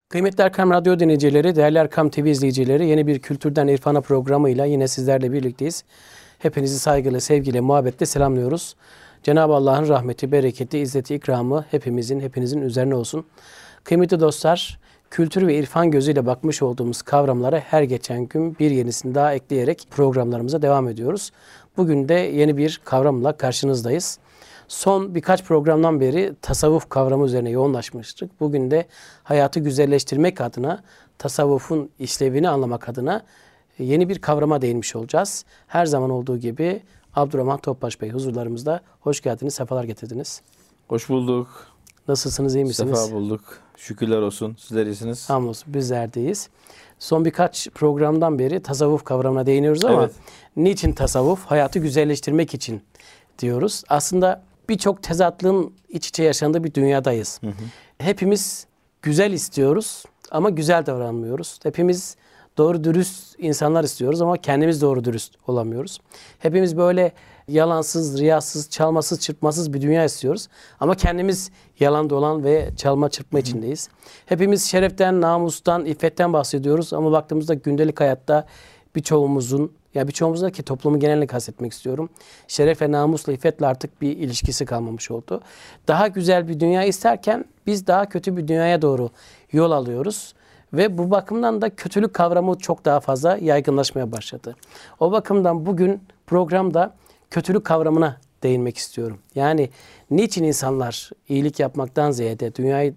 Kıymetli Erkam Radyo dinleyicileri, değerli Erkam TV izleyicileri, yeni bir Kültürden İrfana programıyla yine sizlerle birlikteyiz. Hepinizi saygıyla, sevgiyle, muhabbetle selamlıyoruz. Cenab-ı Allah'ın rahmeti, bereketi, izzeti, ikramı hepinizin üzerine olsun. Kıymetli dostlar, kültür ve irfan gözüyle bakmış olduğumuz kavramlara her geçen gün bir yenisini daha ekleyerek programlarımıza devam ediyoruz. Bugün de yeni bir kavramla karşınızdayız. Son birkaç programdan beri tasavvuf kavramı üzerine yoğunlaşmıştık. Bugün de hayatı güzelleştirmek adına, tasavvufun işlevini anlamak adına yeni bir kavrama değinmiş olacağız. Her zaman olduğu gibi Abdurrahman Topbaş Bey huzurlarımızda. Hoş geldiniz, sefalar getirdiniz. Hoş bulduk. Nasılsınız, iyi misiniz? Sefa bulduk. Şükürler olsun. Sizler iyisiniz. Hamdolsun, bizler deyiz. Son birkaç programdan beri tasavvuf kavramına değiniyoruz ama evet, niçin tasavvuf? Hayatı güzelleştirmek için diyoruz. Aslında birçok tezatlığın iç içe yaşandığı bir dünyadayız. Hepimiz güzel istiyoruz ama güzel davranmıyoruz. Hepimiz doğru dürüst insanlar istiyoruz ama kendimiz doğru dürüst olamıyoruz. Hepimiz böyle yalansız, riyasız, çalmasız, çırpmasız bir dünya istiyoruz. Ama kendimiz yalan dolan ve çalma çırpma içindeyiz. Hepimiz şereften, namustan, iffetten bahsediyoruz ama baktığımızda gündelik hayatta birçoğumuzun, birçoğumuzda ki toplumu genelini kastetmek istiyorum, şeref ve namusla, iffetle artık bir ilişkisi kalmamış oldu. Daha güzel bir dünya isterken biz daha kötü bir dünyaya doğru yol alıyoruz. Ve bu bakımdan da kötülük kavramı çok daha fazla yaygınlaşmaya başladı. O bakımdan bugün programda kötülük kavramına değinmek istiyorum. Yani niçin insanlar iyilik yapmaktan ziyade,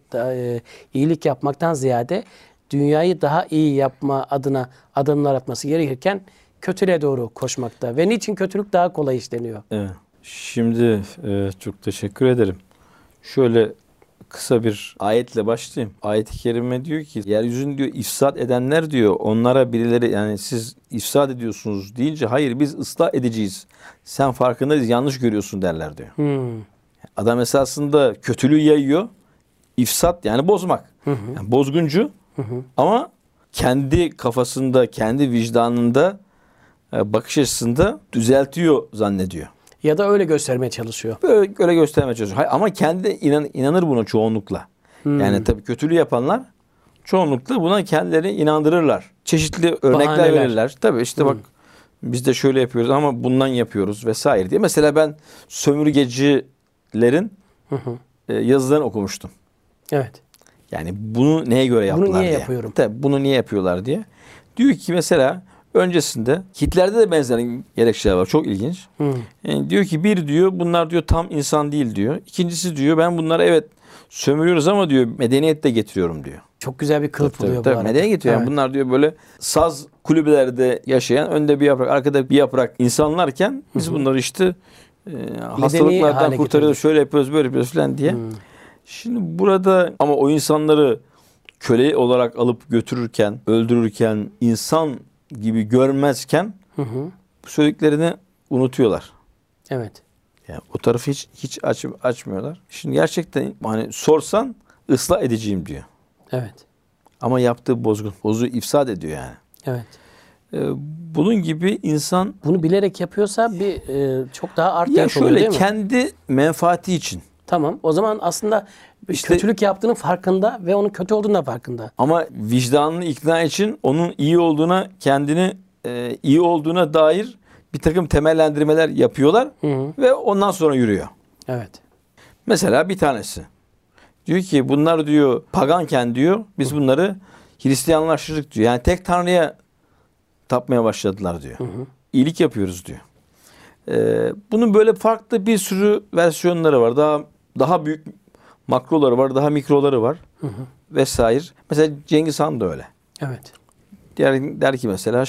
iyilik yapmaktan ziyade dünyayı daha iyi yapma adına adımlar atması gerekirken kötülüğe doğru koşmakta ve niçin kötülük daha kolay işleniyor? Evet. Şimdi çok teşekkür ederim. Şöyle kısa bir ayetle başlayayım. Ayet-i kerime diyor ki yeryüzünü diyor ifsad edenler diyor onlara birileri yani siz ifsad ediyorsunuz deyince hayır biz ıslah edeceğiz. Sen farkındayız yanlış görüyorsun derler diyor. Adam esasında kötülüğü yayıyor. İfsat yani bozmak. Yani bozguncu ama kendi kafasında, kendi vicdanında bakış açısında düzeltiyor zannediyor. Ya da öyle göstermeye çalışıyor. Öyle göstermeye çalışıyor. Hayır, ama kendi inanır buna çoğunlukla. Yani tabii kötülüğü yapanlar çoğunlukla buna kendileri inandırırlar. Çeşitli örnekler verirler. Tabii işte bak biz de şöyle yapıyoruz ama bundan yapıyoruz vesaire diye. Mesela ben sömürgecilerin yazılarını okumuştum. Evet. Yani bunu neye göre yaptılar diye. Bunu niye diye. yapıyorum? Tabii bunu niye yapıyorlar diye. Diyor ki mesela öncesinde Hitler'de de benzer gerekçeler var. Çok ilginç. Yani diyor ki bir diyor bunlar diyor tam insan değil diyor. İkincisi diyor ben bunları evet sömürüyoruz ama diyor medeniyet de getiriyorum diyor. Çok güzel bir kılıf buluyor bu arada. Medeniyet getiriyor. Evet. Yani bunlar diyor böyle saz kulübelerde yaşayan önde bir yaprak arkada bir yaprak insanlarken biz bunları işte hastalıklardan kurtarıyoruz. Şöyle yapıyoruz böyle yapıyoruz falan diye. Şimdi burada ama o insanları köle olarak alıp götürürken, öldürürken, insan gibi görmezken bu söylediklerini unutuyorlar. Evet. Yani o tarafı hiç açmıyorlar. Şimdi gerçekten hani sorsan ıslah edeceğim diyor. Evet. Ama yaptığı bozgun. Bozuğu ifsad ediyor yani. Evet. Bunun gibi insan bunu bilerek yapıyorsa bir çok daha art yaş oluyor değil mi? Kendi menfaati için. Tamam. O zaman aslında kötülük yaptığının farkında ve onun kötü olduğunun farkında. Ama vicdanını ikna için onun iyi olduğuna kendini iyi olduğuna dair bir takım temellendirmeler yapıyorlar ve ondan sonra yürüyor. Evet. Mesela bir tanesi diyor ki bunlar diyor paganken diyor biz bunları Hristiyanlaştırdık diyor. Yani tek tanrıya tapmaya başladılar diyor. İyilik yapıyoruz diyor. Bunun böyle farklı bir sürü versiyonları var. Daha büyük makroları var, daha mikroları var vesaire. Mesela Cengiz Han da öyle. Evet. Der ki mesela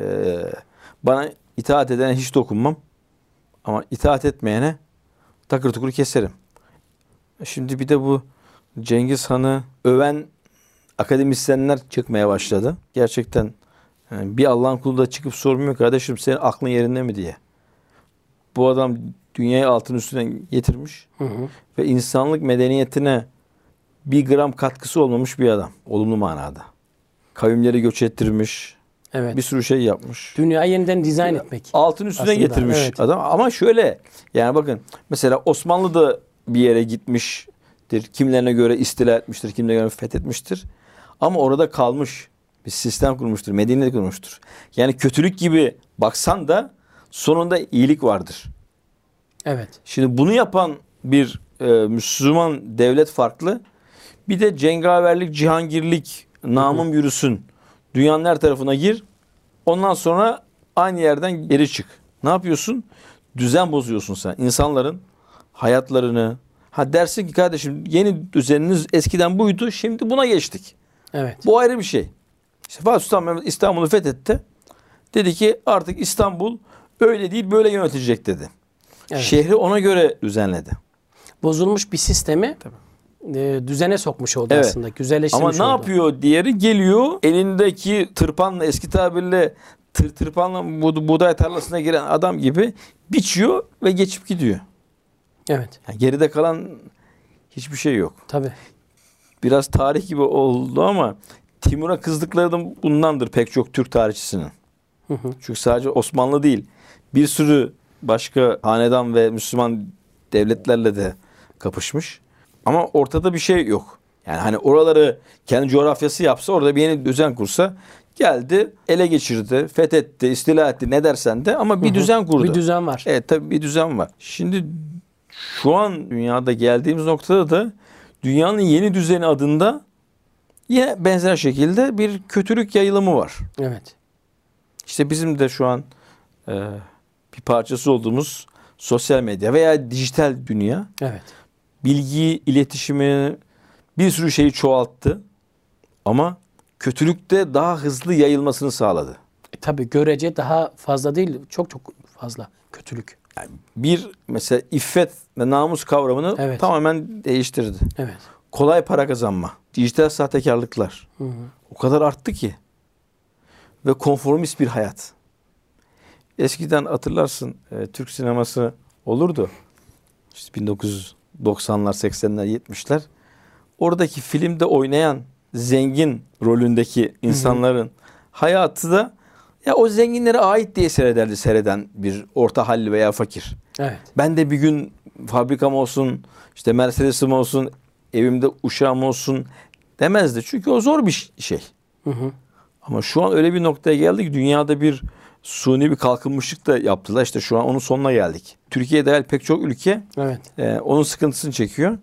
bana itaat edene hiç dokunmam ama itaat etmeyene takır tukur keserim. Şimdi bir de bu Cengiz Han'ı öven akademisyenler çıkmaya başladı. Gerçekten bir Allah'ın kulu da çıkıp sormuyor kardeşim senin aklın yerinde mi diye. Bu adam dünyayı altın üstüne getirmiş ve insanlık medeniyetine bir gram katkısı olmamış bir adam. Olumlu manada. Kavimleri göç ettirmiş. Evet. Bir sürü şey yapmış. Dünyayı yeniden dizayn etmek. Altın üstüne getirmiş adam. Ama şöyle yani bakın mesela Osmanlı da bir yere gitmiştir. Kimilerine göre istila etmiştir, kimilerine göre fethetmiştir. Ama orada kalmış bir sistem kurmuştur. Medeni kurmuştur. Yani kötülük gibi baksan da sonunda iyilik vardır. Evet. Şimdi bunu yapan bir Müslüman devlet farklı. Bir de cengaverlik, cihangirlik, namım yürüsün. Dünyanın her tarafına gir. Ondan sonra aynı yerden geri çık. Ne yapıyorsun? Düzen bozuyorsun sen. İnsanların hayatlarını. Ha dersin ki kardeşim yeni düzeniniz eskiden buydu. Şimdi buna geçtik. Evet. Bu ayrı bir şey. İşte Fatih Sultan Mehmet İstanbul'u fethetti. Dedi ki artık İstanbul öyle değil böyle yönetilecek dedi. Evet. Şehri ona göre düzenledi. Bozulmuş bir sistemi düzene sokmuş oldu Evet. aslında. Güzelleştirmiş Ama oldu. ne yapıyor? Diğeri geliyor elindeki tırpanla, eski tabirle tırpanla buğday tarlasına giren adam gibi biçiyor ve geçip gidiyor. Evet. Yani geride kalan hiçbir şey yok. Tabii. Biraz tarih gibi oldu ama Timur'a kızdıkları da bundandır pek çok Türk tarihçisinin. Hı hı. Çünkü sadece Osmanlı değil, bir sürü başka hanedan ve Müslüman devletlerle de kapışmış. Ama ortada bir şey yok. Yani hani oraları kendi coğrafyası yapsa, orada bir yeni düzen kursa, geldi, ele geçirdi, fethetti, istila etti, ne dersen de, ama bir düzen kurdu. Bir düzen var. Evet, tabii bir düzen var. Şimdi şu an dünyada geldiğimiz noktada da dünyanın yeni düzeni adında yine benzer şekilde bir kötülük yayılımı var. Evet. İşte bizim de şu an bir parçası olduğumuz sosyal medya veya dijital dünya Evet. bilgi, iletişimi, bir sürü şeyi çoğalttı. Ama kötülükte daha hızlı yayılmasını sağladı. Tabii görece daha fazla değil, çok çok fazla kötülük. Yani bir mesela iffet ve namus kavramını Evet. tamamen değiştirdi. Evet. Kolay para kazanma, dijital sahtekarlıklar Hı hı. o kadar arttı ki ve konformist bir hayat. Eskiden hatırlarsın Türk sineması olurdu. İşte 1990'lar, 80'ler, 70'ler. Oradaki filmde oynayan zengin rolündeki insanların hayatı da ya o zenginlere ait diye seyreden bir orta halli veya fakir. Evet. Ben de bir gün fabrikam olsun, işte Mercedes'im olsun, evimde uşağım olsun demezdi. Çünkü o zor bir şey. Hı hı. Ama şu an öyle bir noktaya geldik ki dünyada bir suni bir kalkınmışlık da yaptılar. İşte şu an onun sonuna geldik. Türkiye dahil pek çok ülke Evet. onun sıkıntısını çekiyor.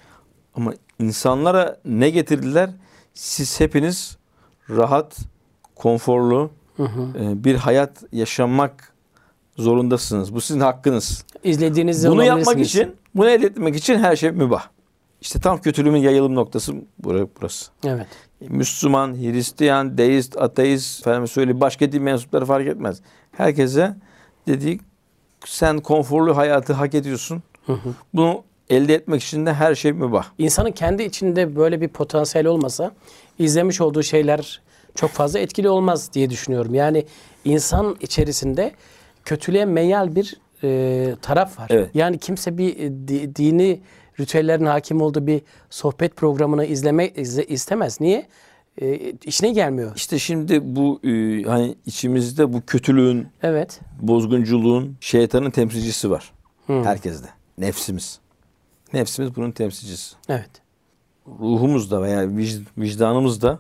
Ama insanlara ne getirdiler? Siz hepiniz rahat, konforlu Hı hı. bir hayat yaşamak zorundasınız. Bu sizin hakkınız. İzlediğiniz Bunu zaman yapmak bilirsiniz. için, bunu elde etmek için her şey mübah. İşte tam kötülüğün yayılım noktası burası. Evet. Müslüman, Hristiyan, deist, ateist, başka din mensupları fark etmez. Herkese dedik, sen konforlu hayatı hak ediyorsun. Hı hı. Bunu elde etmek için de her şey mübah. İnsanın kendi içinde böyle bir potansiyel olmasa izlemiş olduğu şeyler çok fazla etkili olmaz diye düşünüyorum. Yani insan içerisinde kötülüğe meyal bir taraf var. Evet. Yani kimse bir dini ritüellerin hakim olduğu bir sohbet programını istemez. Niye? İşine gelmiyor. İşte şimdi bu hani içimizde bu kötülüğün, Evet. bozgunculuğun, şeytanın temsilcisi var. Hı. Herkeste. Nefsimiz. Nefsimiz bunun temsilcisi. Evet. Ruhumuzda veya vicdanımızda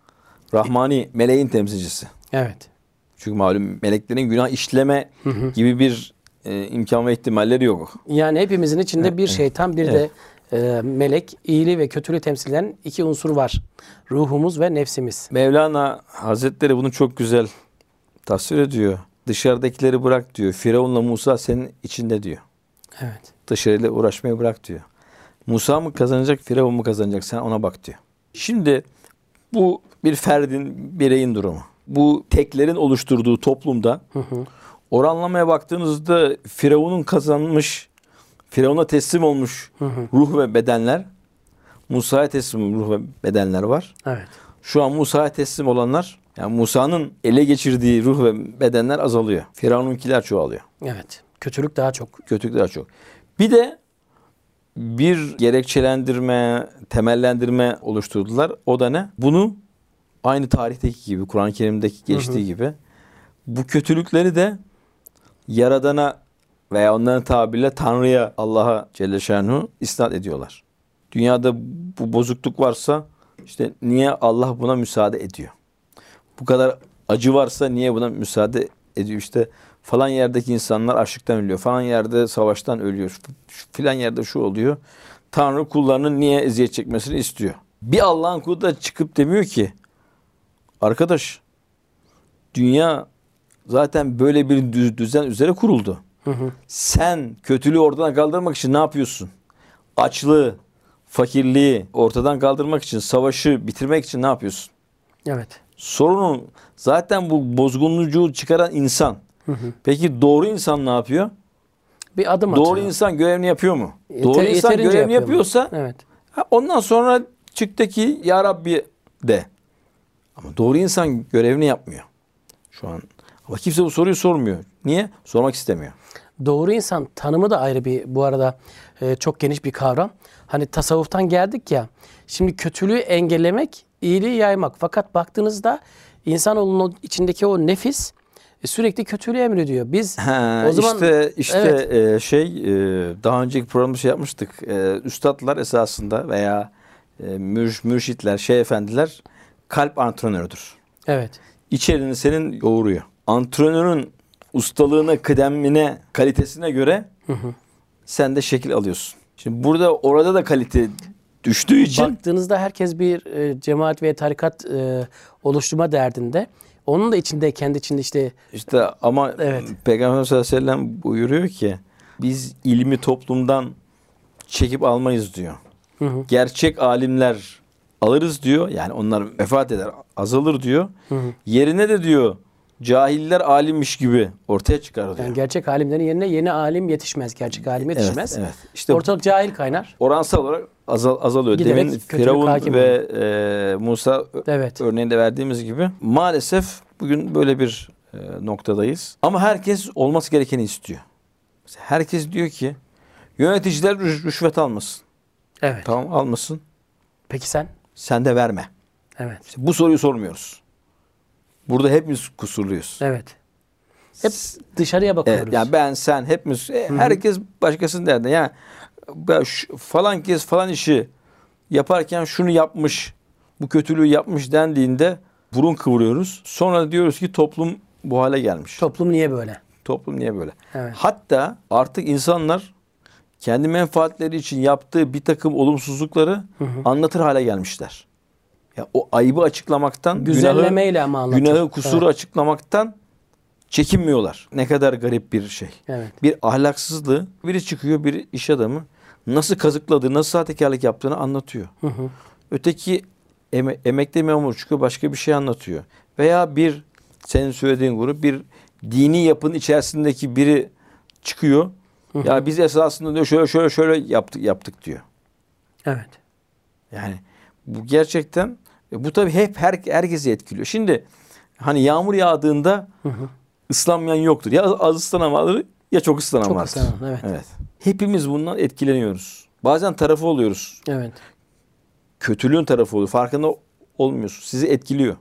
Rahmani meleğin temsilcisi. Evet. Çünkü malum meleklerin günah işleme gibi bir imkan ve ihtimalleri yok. Yani hepimizin içinde bir şeytan, bir de melek, iyiliği ve kötülüğü temsil eden iki unsur var. Ruhumuz ve nefsimiz. Mevlana Hazretleri bunu çok güzel tasvir ediyor. Dışarıdakileri bırak diyor. Firavun'la Musa senin içinde diyor. Evet. Dışarıyla uğraşmayı bırak diyor. Musa mı kazanacak, Firavun mu kazanacak, sen ona bak diyor. Şimdi bu bir ferdin, bireyin durumu. Bu teklerin oluşturduğu toplumda oranlamaya baktığınızda Firavun'un kazanmış, Firavun'a teslim olmuş ruh ve bedenler, Musa'ya teslim ruh ve bedenler var. Evet. Şu an Musa'ya teslim olanlar, yani Musa'nın ele geçirdiği ruh ve bedenler azalıyor. Firavun'unkiler çoğalıyor. Evet. Kötülük daha çok. Kötülük daha çok. Bir de bir gerekçelendirme, temellendirme oluşturdular. O da ne? Bunu aynı tarihteki gibi, Kur'an-ı Kerim'deki geçtiği gibi bu kötülükleri de Yaradan'a veya onların tabiriyle Tanrı'ya, Allah'a Celle Şanuhu isnat ediyorlar. Dünyada bu bozukluk varsa İşte niye Allah buna müsaade ediyor? Bu kadar acı varsa niye buna müsaade ediyor? İşte falan yerdeki insanlar açlıktan ölüyor. Falan yerde savaştan ölüyor. Filan yerde şu oluyor. Tanrı kullarının niye eziyet çekmesini istiyor? Bir Allah'ın kulu da çıkıp demiyor ki arkadaş dünya zaten böyle bir düzen üzere kuruldu. Sen kötülüğü ortadan kaldırmak için ne yapıyorsun? Açlığı, fakirliği ortadan kaldırmak için, savaşı bitirmek için ne yapıyorsun? Evet. Sorunun zaten bu bozgunluğu çıkaran insan. Peki doğru insan ne yapıyor? Bir adım atıyor. Doğru insan görevini yapıyor mu? Doğru insan görevini yapıyorsa evet. Ondan sonra çıktı ki ya Rabbi de. Ama doğru insan görevini yapmıyor. Şu an. Ama kimse bu soruyu sormuyor. Niye? Sormak istemiyor. Doğru insan tanımı da ayrı bir bu arada çok geniş bir kavram. Hani tasavvuftan geldik ya. Şimdi kötülüğü engellemek, iyiliği yaymak. Fakat baktığınızda insanoğlunun içindeki o nefis sürekli kötülüğü emrediyor. Biz o zaman işte daha önceki programda şey yapmıştık. Üstadlar esasında veya mürşitler, şeyh efendiler kalp antrenörüdür. Evet. İçerini senin yoğuruyor. Antrenörün ustalığına, kıdemine, kalitesine göre sen de şekil alıyorsun. Şimdi orada da kalite düştüğü için baktığınızda herkes bir cemaat ve tarikat oluşturma derdinde. Onun da içinde kendi içinde işte ama evet. Peygamber sallallahu aleyhi ve sellem buyuruyor ki biz ilmi toplumdan çekip almayız diyor. Gerçek alimler alırız diyor. Yani onlar vefat eder, azalır diyor. Yerine de diyor cahiller alimmiş gibi ortaya çıkar diyor. Yani gerçek alimlerin yerine yeni alim yetişmez. Gerçek alim yetişmez. Evet. İşte ortalık cahil kaynar. Oransal olarak azalıyor. Giderek Demin Firavun ve Musa evet. örneğinde verdiğimiz gibi maalesef bugün böyle bir noktadayız. Ama herkes olması gerekeni istiyor. Mesela herkes diyor ki yöneticiler rüşvet almasın. Evet. Tamam almasın. Peki sen? Sen de verme. Evet. İşte bu soruyu sormuyoruz. Burada hepimiz kusurluyuz. Evet. Hep dışarıya bakıyoruz. Evet, yani ben, sen, hepimiz, herkes başkasının derdinde. Yani falan kez falan işi yaparken şunu yapmış, bu kötülüğü yapmış dendiğinde burun kıvırıyoruz. Sonra diyoruz ki toplum bu hale gelmiş. Toplum niye böyle? Toplum niye böyle? Evet. Hatta artık insanlar kendi menfaatleri için yaptığı bir takım olumsuzlukları anlatır hale gelmişler. Ya o ayıbı açıklamaktan, güzellemeyle ama anlatır. Günahı, kusuru açıklamaktan çekinmiyorlar. Ne kadar garip bir şey. Evet. Bir ahlaksızlığı, biri çıkıyor, bir iş adamı nasıl kazıkladığı, nasıl sahtekarlık yaptığını anlatıyor. Öteki emekli memur çıkıyor, başka bir şey anlatıyor. Veya senin söylediğin grup bir dini yapının içerisindeki biri çıkıyor. Ya biz esasında diyor şöyle yaptık diyor. Evet. Yani bu gerçekten bu tabii hep herkesi etkiliyor. Şimdi hani yağmur yağdığında ıslanmayan yoktur. Ya az ıslanan vardır ya çok ıslanan vardır. Çok ıslanan, evet. Hepimiz bundan etkileniyoruz. Bazen tarafı oluyoruz. Evet. Kötülüğün tarafı oluyor. Farkında olmuyorsun. Sizi etkiliyor.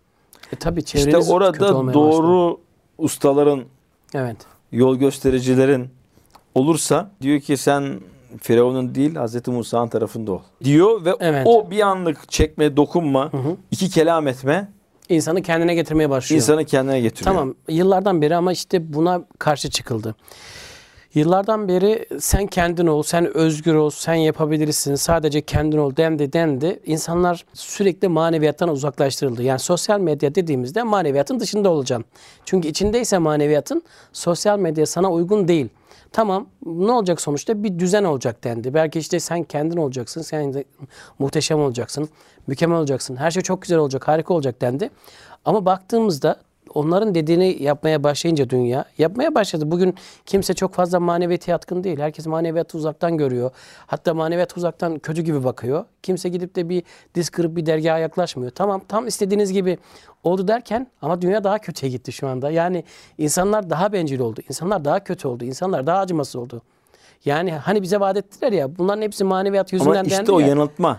Tabii çevreniz İşte orada doğru ustaların, evet, yol göstericilerin olursa diyor ki sen Firavun'un değil Hazreti Musa'nın tarafında ol. Diyor ve o bir anlık çekme, dokunma, iki kelam etme insanı kendine getirmeye başlıyor. İnsanı kendine getiriyor. Tamam, yıllardan beri ama işte buna karşı çıkıldı. Yıllardan beri sen kendin ol, sen özgür ol, sen yapabilirsin, sadece kendin ol dendi. İnsanlar sürekli maneviyattan uzaklaştırıldı. Yani sosyal medya dediğimizde maneviyatın dışında olacaksın. Çünkü içindeyse maneviyatın sosyal medya sana uygun değil. Tamam, ne olacak sonuçta? Bir düzen olacak dendi. Belki işte sen kendin olacaksın, sen de muhteşem olacaksın, mükemmel olacaksın, her şey çok güzel olacak, harika olacak dendi. Ama baktığımızda onların dediğini yapmaya başlayınca dünya yapmaya başladı. Bugün kimse çok fazla maneviyata yatkın değil. Herkes maneviyatı uzaktan görüyor. Hatta maneviyat uzaktan kötü gibi bakıyor. Kimse gidip de bir diz kırıp bir dergaha yaklaşmıyor. Tamam, tam istediğiniz gibi oldu derken ama dünya daha kötüye gitti şu anda. Yani insanlar daha bencil oldu. İnsanlar daha kötü oldu. İnsanlar daha acımasız oldu. Yani hani bize vaat ettiler ya, bunların hepsi maneviyat yüzünden dendi ya. Ama işte o yanıltma.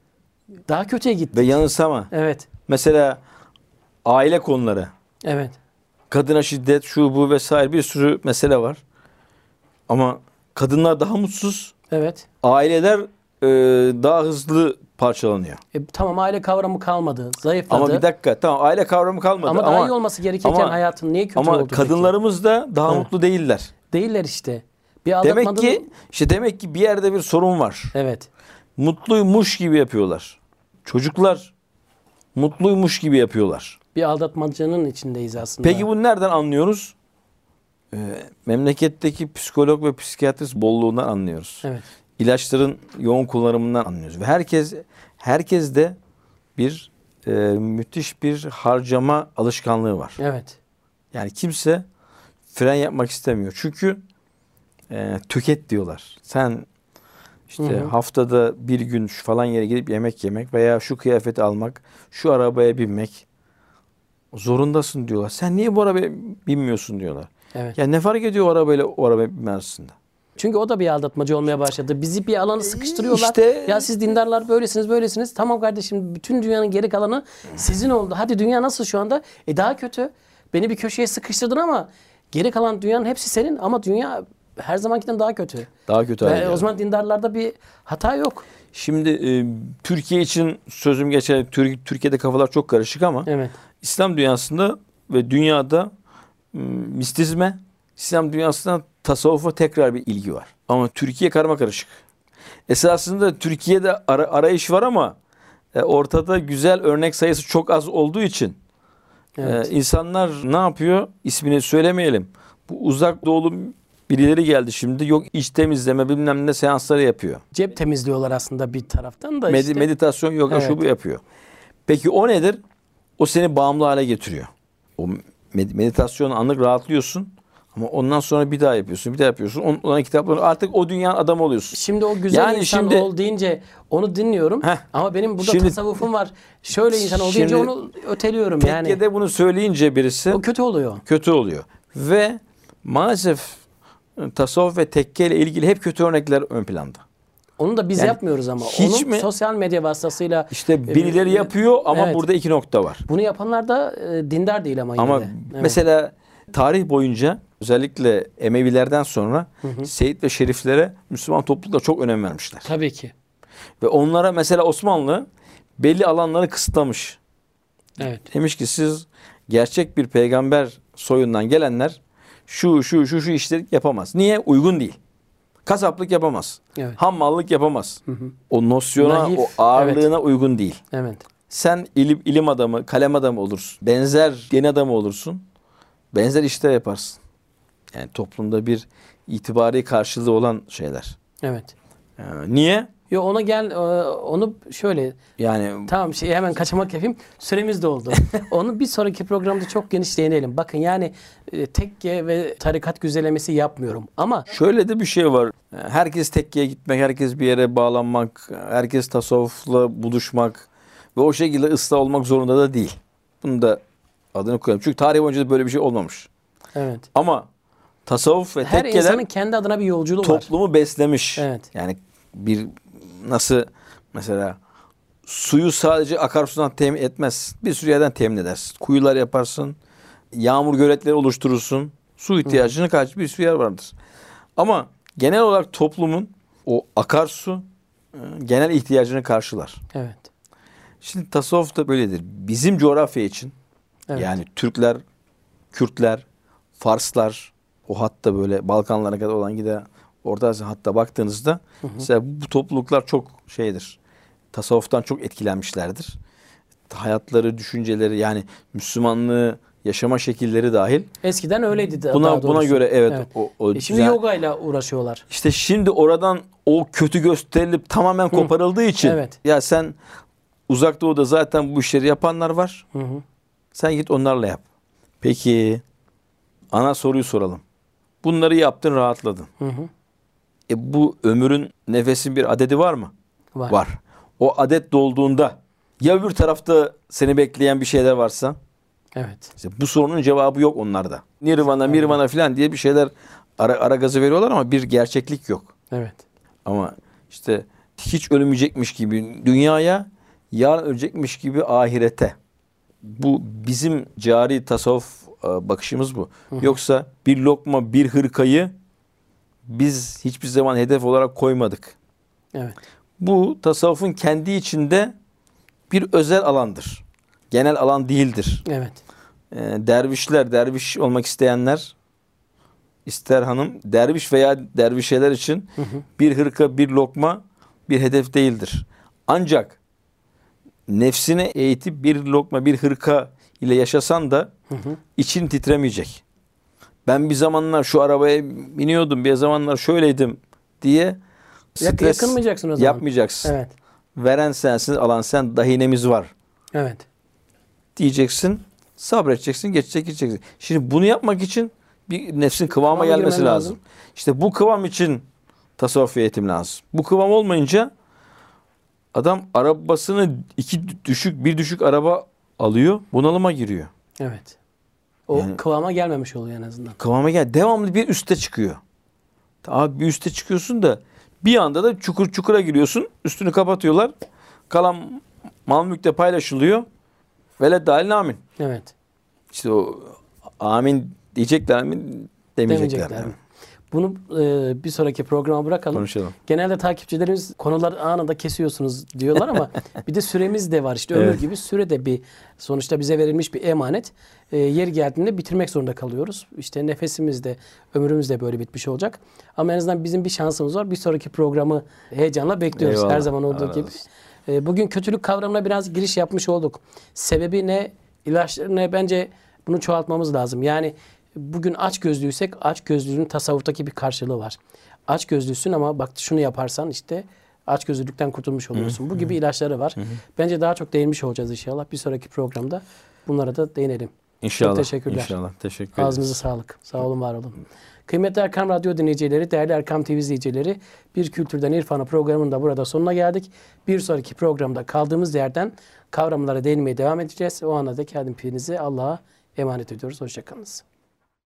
Daha kötüye gitti. Ve yanılsama. Evet. Mesela aile konuları. Evet. Kadına şiddet, şu bu vesaire bir sürü mesele var. Ama kadınlar daha mutsuz. Evet. Aileler daha hızlı parçalanıyor. Tamam, aile kavramı kalmadı. Zayıfladı. Ama bir dakika, tamam, aile kavramı kalmadı. Ama daha iyi olması gerekirken hayatın niye kötü oldu Ama peki? kadınlarımız da daha mutlu değiller. Değiller işte. Bir aldatmadığın... Demek ki bir yerde bir sorun var. Evet. Mutluymuş gibi yapıyorlar. Çocuklar mutluymuş gibi yapıyorlar. Bir aldatmacının içindeyiz aslında. Peki bunu nereden anlıyoruz? Memleketteki psikolog ve psikiyatrist bolluğundan anlıyoruz. Evet. İlaçların yoğun kullanımından anlıyoruz. Ve herkes de bir müthiş bir harcama alışkanlığı var. Evet. Yani kimse fren yapmak istemiyor. Çünkü tüket diyorlar. Sen işte haftada bir gün şu falan yere gidip yemek yemek veya şu kıyafeti almak, şu arabaya binmek zorundasın diyorlar. Sen niye bu arabaya binmiyorsun diyorlar. Evet. Ya ne fark ediyor o arabayla o arabaya binme arasında? Çünkü o da bir aldatmacı olmaya başladı. Bizi bir alana sıkıştırıyorlar. İşte... Ya siz dindarlar böylesiniz. Tamam kardeşim, bütün dünyanın geri kalanı sizin oldu. Hadi dünya nasıl şu anda? Daha kötü. Beni bir köşeye sıkıştırdın ama geri kalan dünyanın hepsi senin. Ama dünya her zamankinden daha kötü. Daha kötü hale geldi. O zaman dindarlarda bir hata yok. Şimdi Türkiye için sözüm geçer. Türkiye'de kafalar çok karışık ama evet. İslam dünyasında ve dünyada mistizme, İslam dünyasında tasavvufa tekrar bir ilgi var. Ama Türkiye karmakarışık. Esasında Türkiye'de arayış var ama ortada güzel örnek sayısı çok az olduğu için insanlar ne yapıyor? İsmini söylemeyelim. Bu uzak doğulu birileri geldi şimdi. Yok iç temizleme bilmem ne seansları yapıyor. Cep temizliyorlar aslında bir taraftan da işte. Meditasyon, yoga şu bu yapıyor. Peki o nedir? O seni bağımlı hale getiriyor. O meditasyon anlık rahatlıyorsun. Ama ondan sonra bir daha yapıyorsun. Ondan kitapları artık o dünyanın adamı oluyorsun. Şimdi o güzel insan ol deyince onu dinliyorum. Ama benim burada tasavvufum var. Şöyle insan ol deyince onu öteliyorum yani. Tekkede bunu söyleyince birisi o kötü oluyor. Kötü oluyor. Ve maalesef tasavvuf ve tekke ile ilgili hep kötü örnekler ön planda. Onu da biz yapmıyoruz ama. Onu sosyal medya vasıtasıyla işte birileri yapıyor ama burada iki nokta var. Bunu yapanlar da dindar değil ama yine de. Mesela tarih boyunca özellikle Emevilerden sonra Seyit ve Şeriflere Müslüman topluluklar çok önem vermişler. Tabii ki. Ve onlara mesela Osmanlı belli alanları kısıtlamış. Evet. Demiş ki siz gerçek bir peygamber soyundan gelenler şu işleri yapamaz. Niye? Uygun değil. Kasaplık yapamaz. Evet. Hammallık yapamaz. O nosyona, o ağırlığına uygun değil. Evet. Sen ilim adamı, kalem adamı olursun. Benzer din adamı olursun. Benzer işler yaparsın. Yani toplumda bir itibari karşılığı olan şeyler. Evet. Niye? Yo ona gel onu şöyle. Yani tamam hemen kaçamak yapayım. Süremiz de oldu. Onu bir sonraki programda çok geniş değinelim. Bakın yani tekke ve tarikat güzellemesi yapmıyorum ama şöyle de bir şey var. Herkes tekkeye gitmek, herkes bir yere bağlanmak, herkes tasavvufla buluşmak ve o şekilde ıslah olmak zorunda da değil. Bunu da adını koyalım. Çünkü tarih boyunca da böyle bir şey olmamış. Evet. Ama tasavvuf ve her tekkeler insanın kendi adına bir yolculuğu var. Toplumu beslemiş. Evet. Yani nasıl mesela suyu sadece akarsudan temin etmez. Bir sürü yerden temin edersin. Kuyular yaparsın. Yağmur göletleri oluşturursun. Su ihtiyacını karşı bir sürü yer vardır. Ama genel olarak toplumun o akarsu genel ihtiyacını karşılar. Evet. Şimdi tasavvuf da böyledir. Bizim coğrafya için yani Türkler, Kürtler, Farslar o hatta böyle Balkanlara kadar olan gider Orta Asya hatta baktığınızda mesela bu topluluklar çok şeydir. Tasavvuftan çok etkilenmişlerdir. Hayatları, düşünceleri yani Müslümanlığı yaşama şekilleri dahil. Eskiden öyleydi. Buna göre evet. Şimdi yoga ile uğraşıyorlar. İşte şimdi oradan o kötü gösterilip tamamen koparıldığı için ya sen Uzak Doğu'da zaten bu işleri yapanlar var. Sen git onlarla yap. Peki ana soruyu soralım. Bunları yaptın, rahatladın. Bu ömrün, nefesin bir adedi var mı? Var. O adet dolduğunda ya öbür tarafta seni bekleyen bir şeyler varsa? Evet. İşte bu sorunun cevabı yok onlarda. Nirvana falan diye bir şeyler ara gazı veriyorlar ama bir gerçeklik yok. Evet. Ama işte hiç ölmeyecekmiş gibi dünyaya, yarın ölecekmiş gibi ahirete. Bu bizim cari tasavvuf bakışımız bu. Yoksa bir lokma, bir hırkayı biz hiçbir zaman hedef olarak koymadık. Evet. Bu tasavvufun kendi içinde bir özel alandır. Genel alan değildir. Evet. Dervişler, derviş olmak isteyenler, ister hanım, derviş veya dervişeler için bir hırka, bir lokma bir hedef değildir. Ancak nefsini eğitip bir lokma, bir hırka ile yaşasan da için titremeyecek. Ben bir zamanlar şu arabaya biniyordum, bir zamanlar şöyleydim diye stres yakınmayacaksın o zaman. yapmayacaksın. Evet. Veren sensin, alan sen, dahinemiz var Evet. diyeceksin. Sabredeceksin, geçeceksin. Şimdi bunu yapmak için bir nefsin kıvama Kıvama gelmesi girmen lazım. lazım. İşte bu kıvam için tasavvufi eğitim lazım. Bu kıvam olmayınca adam arabasını bir düşük araba alıyor, bunalıma giriyor. Evet. O Yani, kıvama gelmemiş oluyor en azından. kıvama devamlı bir üste çıkıyor. Abi bir üste çıkıyorsun da bir anda da çukura giriyorsun. Üstünü kapatıyorlar. Kalan mal mülk de paylaşılıyor. Veled dâlin amin. Evet. İşte o amin diyecekler mi demeyecekler mi? Bunu bir sonraki programa bırakalım. Konuşalım. Genelde takipçilerimiz konuları anında kesiyorsunuz diyorlar ama bir de süremiz de var. İşte ömür Evet. gibi süre de bir sonuçta bize verilmiş bir emanet. Yeri geldiğinde bitirmek zorunda kalıyoruz. İşte nefesimiz de ömrümüz de böyle bitmiş olacak. Ama en azından bizim bir şansımız var. Bir sonraki programı heyecanla bekliyoruz. Eyvallah. Her zaman olduğu Allah gibi. razı olsun. Bugün kötülük kavramına biraz giriş yapmış olduk. Sebebi ne? İlaçları ne? Bence bunu çoğaltmamız lazım. Yani bugün açgözlüysek açgözlülüğün tasavvuftaki bir karşılığı var. Açgözlüsün ama bak şunu yaparsan işte açgözlülükten kurtulmuş oluyorsun. Bu gibi ilaçları var. Bence daha çok değinmiş olacağız inşallah. Bir sonraki programda bunlara da değinelim. İnşallah. Çok teşekkürler. İnşallah. Teşekkür ederiz. Ağzınıza sağlık. Sağ olun, var olun. Kıymetli Erkam Radyo dinleyicileri, değerli Erkam TV izleyicileri, Bir Kültürden İrfana programının da burada sonuna geldik. Bir sonraki programda kaldığımız yerden kavramlara değinmeye devam edeceğiz. O anda da kendinizi Allah'a emanet ediyoruz. Hoşçakalınız.